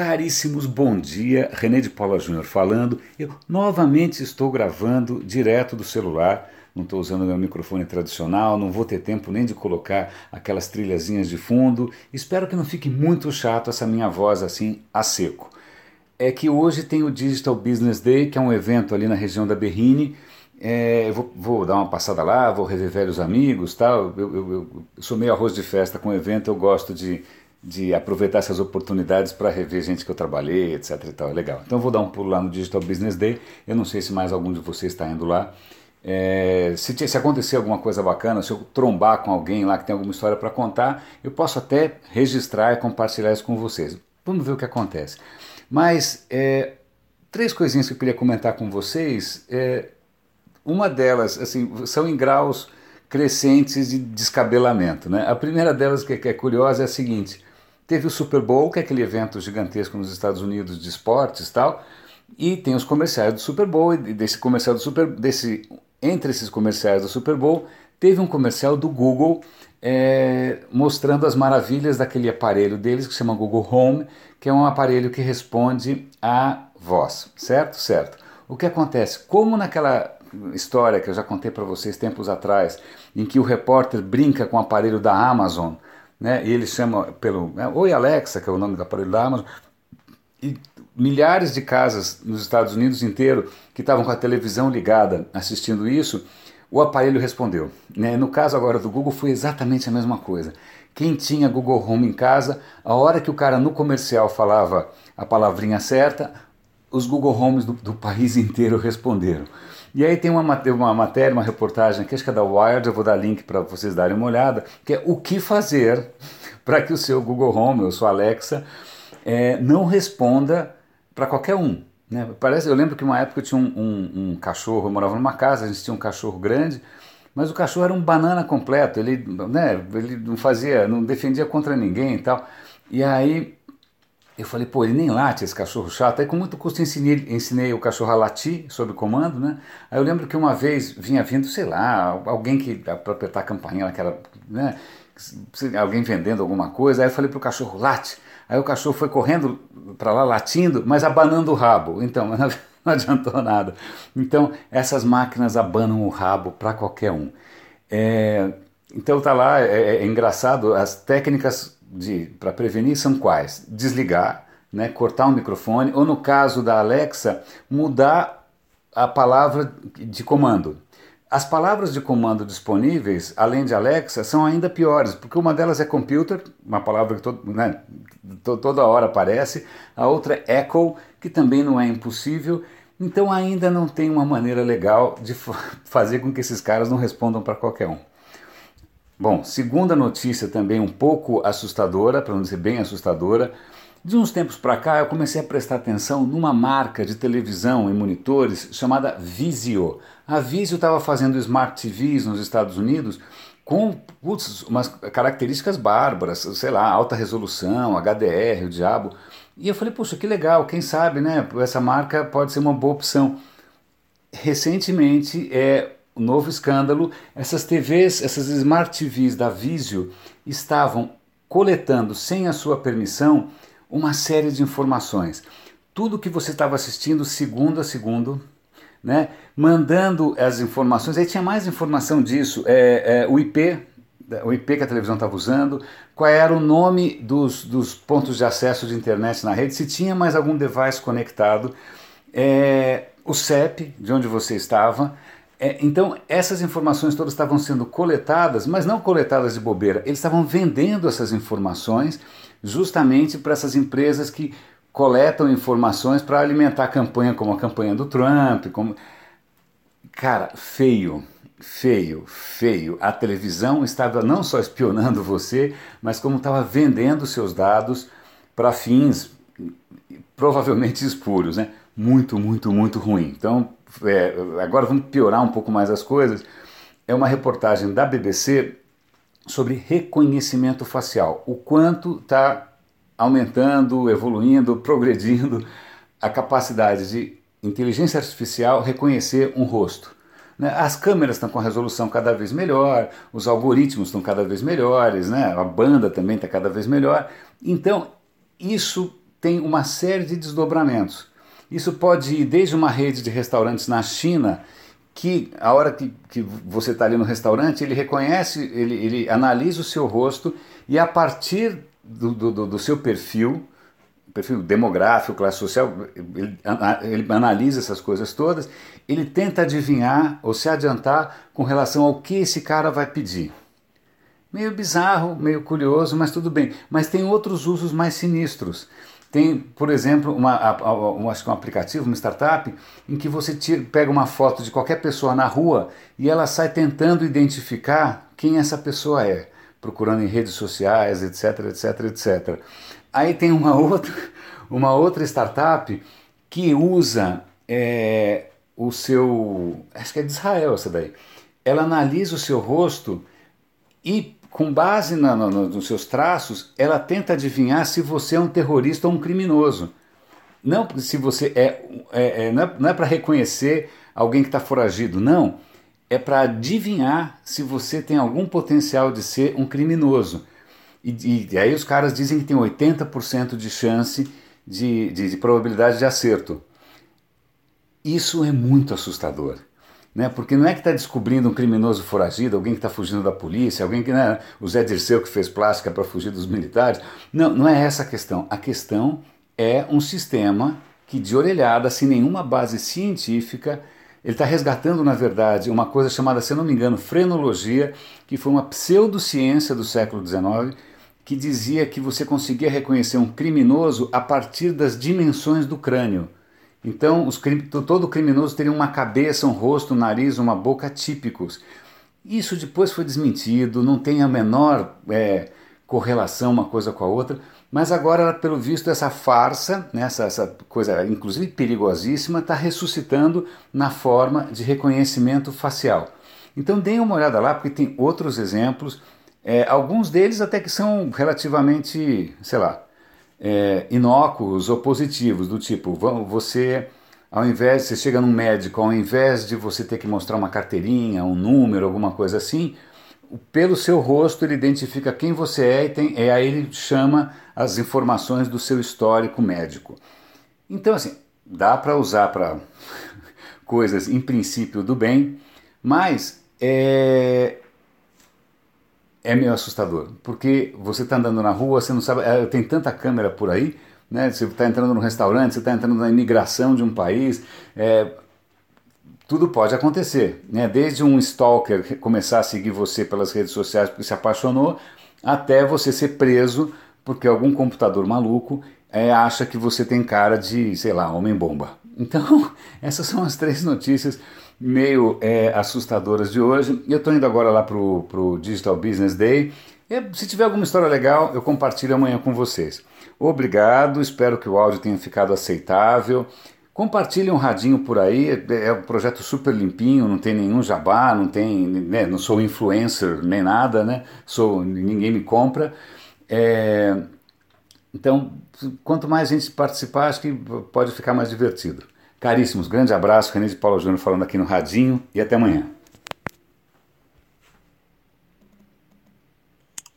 Caríssimos, bom dia. René de Paula Júnior falando. Eu novamente estou gravando direto do celular. Não estou usando meu microfone tradicional, não vou ter tempo nem de colocar aquelas trilhazinhas de fundo. Espero que não fique muito chato essa minha voz assim a seco. É que hoje tem o Digital Business Day, que é um evento ali na região da Berrini. Eu vou dar uma passada lá, vou rever velhos amigos, tal. Eu sou meio arroz de festa com o evento, eu gosto de aproveitar essas oportunidades para rever gente que eu trabalhei, etc e tal, é legal. Então eu vou dar um pulo lá no Digital Business Day, eu não sei se mais algum de vocês está indo lá. Se acontecer alguma coisa bacana, se eu trombar com alguém lá que tem alguma história para contar, eu posso até registrar e compartilhar isso com vocês. Vamos ver o que acontece. Mas três coisinhas que eu queria comentar com vocês. Uma delas, assim, são em graus crescentes de descabelamento, né? A primeira delas que é curiosa é a seguinte: teve o Super Bowl, que é aquele evento gigantesco nos Estados Unidos de esportes e tal, e tem os comerciais do Super Bowl, e entre esses comerciais do Super Bowl, teve um comercial do Google mostrando as maravilhas daquele aparelho deles que se chama Google Home, que é um aparelho que responde à voz, certo? Certo. O que acontece? Como naquela história que eu já contei para vocês tempos atrás, em que o repórter brinca com o aparelho da Amazon, né, e ele chama pelo Oi Alexa, que é o nome do aparelho da Amazon, e milhares de casas nos Estados Unidos inteiro que estavam com a televisão ligada assistindo isso, o aparelho respondeu, né? No caso agora do Google foi exatamente a mesma coisa. Quem tinha Google Home em casa, a hora que o cara no comercial falava a palavrinha certa, os Google Homes do país inteiro responderam. E aí tem uma matéria, uma reportagem, que acho que é da Wired, eu vou dar link para vocês darem uma olhada, que é o que fazer para que o seu Google Home ou sua Alexa não responda para qualquer um. Né? Eu lembro que uma época eu tinha um cachorro, eu morava numa casa, a gente tinha um cachorro grande, mas o cachorro era um banana completo, ele não defendia contra ninguém e tal. E aí eu falei, pô, ele nem late, esse cachorro chato. Aí com muito custo ensinei o cachorro a latir sob comando, né? Aí eu lembro que uma vez vinha vindo, sei lá, alguém que, para apertar a campainha naquela, né? Alguém vendendo alguma coisa. Aí eu falei pro cachorro, late. Aí o cachorro foi correndo para lá latindo, mas abanando o rabo. Então, não adiantou nada. Então, essas máquinas abanam o rabo para qualquer um. Então tá lá, é engraçado, as técnicas para prevenir são quais? Desligar, né, cortar o microfone, ou no caso da Alexa, mudar a palavra de comando. As palavras de comando disponíveis, além de Alexa, são ainda piores, porque uma delas é computer, uma palavra que toda hora aparece, a outra é echo, que também não é impossível, então ainda não tem uma maneira legal de fazer com que esses caras não respondam para qualquer um. Bom, segunda notícia também um pouco assustadora, para não dizer bem assustadora. De uns tempos para cá eu comecei a prestar atenção numa marca de televisão e monitores chamada Vizio. A Vizio estava fazendo Smart TVs nos Estados Unidos com umas características bárbaras, sei lá, alta resolução, HDR, o diabo. E eu falei, poxa, que legal, quem sabe, né? Essa marca pode ser uma boa opção. Recentemente, um novo escândalo, essas TVs, essas Smart TVs da Vizio estavam coletando, sem a sua permissão, uma série de informações. Tudo que você estava assistindo segundo a segundo, né, mandando as informações, aí tinha mais informação disso, o IP que a televisão estava usando, qual era o nome dos pontos de acesso de internet na rede, se tinha mais algum device conectado, o CEP, de onde você estava. Então essas informações todas estavam sendo coletadas, mas não coletadas de bobeira, eles estavam vendendo essas informações justamente para essas empresas que coletam informações para alimentar a campanha, como a campanha do Trump. Cara, feio, feio, feio. A televisão estava não só espionando você, mas como estava vendendo seus dados para fins provavelmente espúrios, né? Muito, muito, muito ruim. Então, agora vamos piorar um pouco mais as coisas. É uma reportagem da BBC sobre reconhecimento facial. O quanto está aumentando, evoluindo, progredindo a capacidade de inteligência artificial reconhecer um rosto. As câmeras estão com a resolução cada vez melhor, os algoritmos estão cada vez melhores, né? A banda também está cada vez melhor. Então, isso tem uma série de desdobramentos. Isso pode ir desde uma rede de restaurantes na China, que a hora que você está ali no restaurante, ele reconhece, ele analisa o seu rosto e a partir do seu perfil demográfico, classe social, ele analisa essas coisas todas, ele tenta adivinhar ou se adiantar com relação ao que esse cara vai pedir. Meio bizarro, meio curioso, mas tudo bem. Mas tem outros usos mais sinistros. Tem, por exemplo, acho que um aplicativo, uma startup, em que você pega uma foto de qualquer pessoa na rua e ela sai tentando identificar quem essa pessoa é, procurando em redes sociais, etc, etc, etc. Aí tem uma outra startup que usa o seu... Acho que é de Israel essa daí. Ela analisa o seu rosto e, com base nos seus traços, ela tenta adivinhar se você é um terrorista ou um criminoso. Não se você não é para reconhecer alguém que está foragido, não. É para adivinhar se você tem algum potencial de ser um criminoso. E aí os caras dizem que tem 80% de chance de probabilidade de acerto. Isso é muito assustador. Né? Porque não é que está descobrindo um criminoso foragido, alguém que está fugindo da polícia, alguém que, né, o Zé Dirceu que fez plástica para fugir dos militares. Não, não é essa a questão. A questão é um sistema que, de orelhada, sem nenhuma base científica, ele está resgatando, na verdade, uma coisa chamada, se eu não me engano, frenologia, que foi uma pseudociência do século XIX, que dizia que você conseguia reconhecer um criminoso a partir das dimensões do crânio. Então, todo criminoso teria uma cabeça, um rosto, um nariz, uma boca típicos. Isso depois foi desmentido, não tem a menor correlação uma coisa com a outra, mas agora, pelo visto, essa farsa, né, essa coisa, inclusive perigosíssima, está ressuscitando na forma de reconhecimento facial. Então, deem uma olhada lá, porque tem outros exemplos, alguns deles até que são relativamente, sei lá, inócuos ou positivos, do tipo, você chega num médico, ao invés de você ter que mostrar uma carteirinha, um número, alguma coisa assim, pelo seu rosto ele identifica quem você é e aí ele chama as informações do seu histórico médico. Então, assim, dá para usar para coisas, em princípio, do bem, mas é meio assustador, porque você está andando na rua, você não sabe, tem tanta câmera por aí, né? Você está entrando num restaurante, você está entrando na imigração de um país, tudo pode acontecer, né? Desde um stalker começar a seguir você pelas redes sociais porque se apaixonou, até você ser preso porque algum computador maluco acha que você tem cara de, sei lá, homem-bomba. Então, essas são as 3 notícias meio assustadoras de hoje. Eu estou indo agora lá para o Digital Business Day. Se tiver alguma história legal, eu compartilho amanhã com vocês. Obrigado, espero que o áudio tenha ficado aceitável. Compartilhe um radinho por aí, é um projeto super limpinho, não tem nenhum jabá, não tem, né, não sou influencer nem nada, né? Ninguém me compra. Então, quanto mais gente participar, acho que pode ficar mais divertido. Caríssimos, grande abraço, René de Paula Júnior falando aqui no Radinho e até amanhã.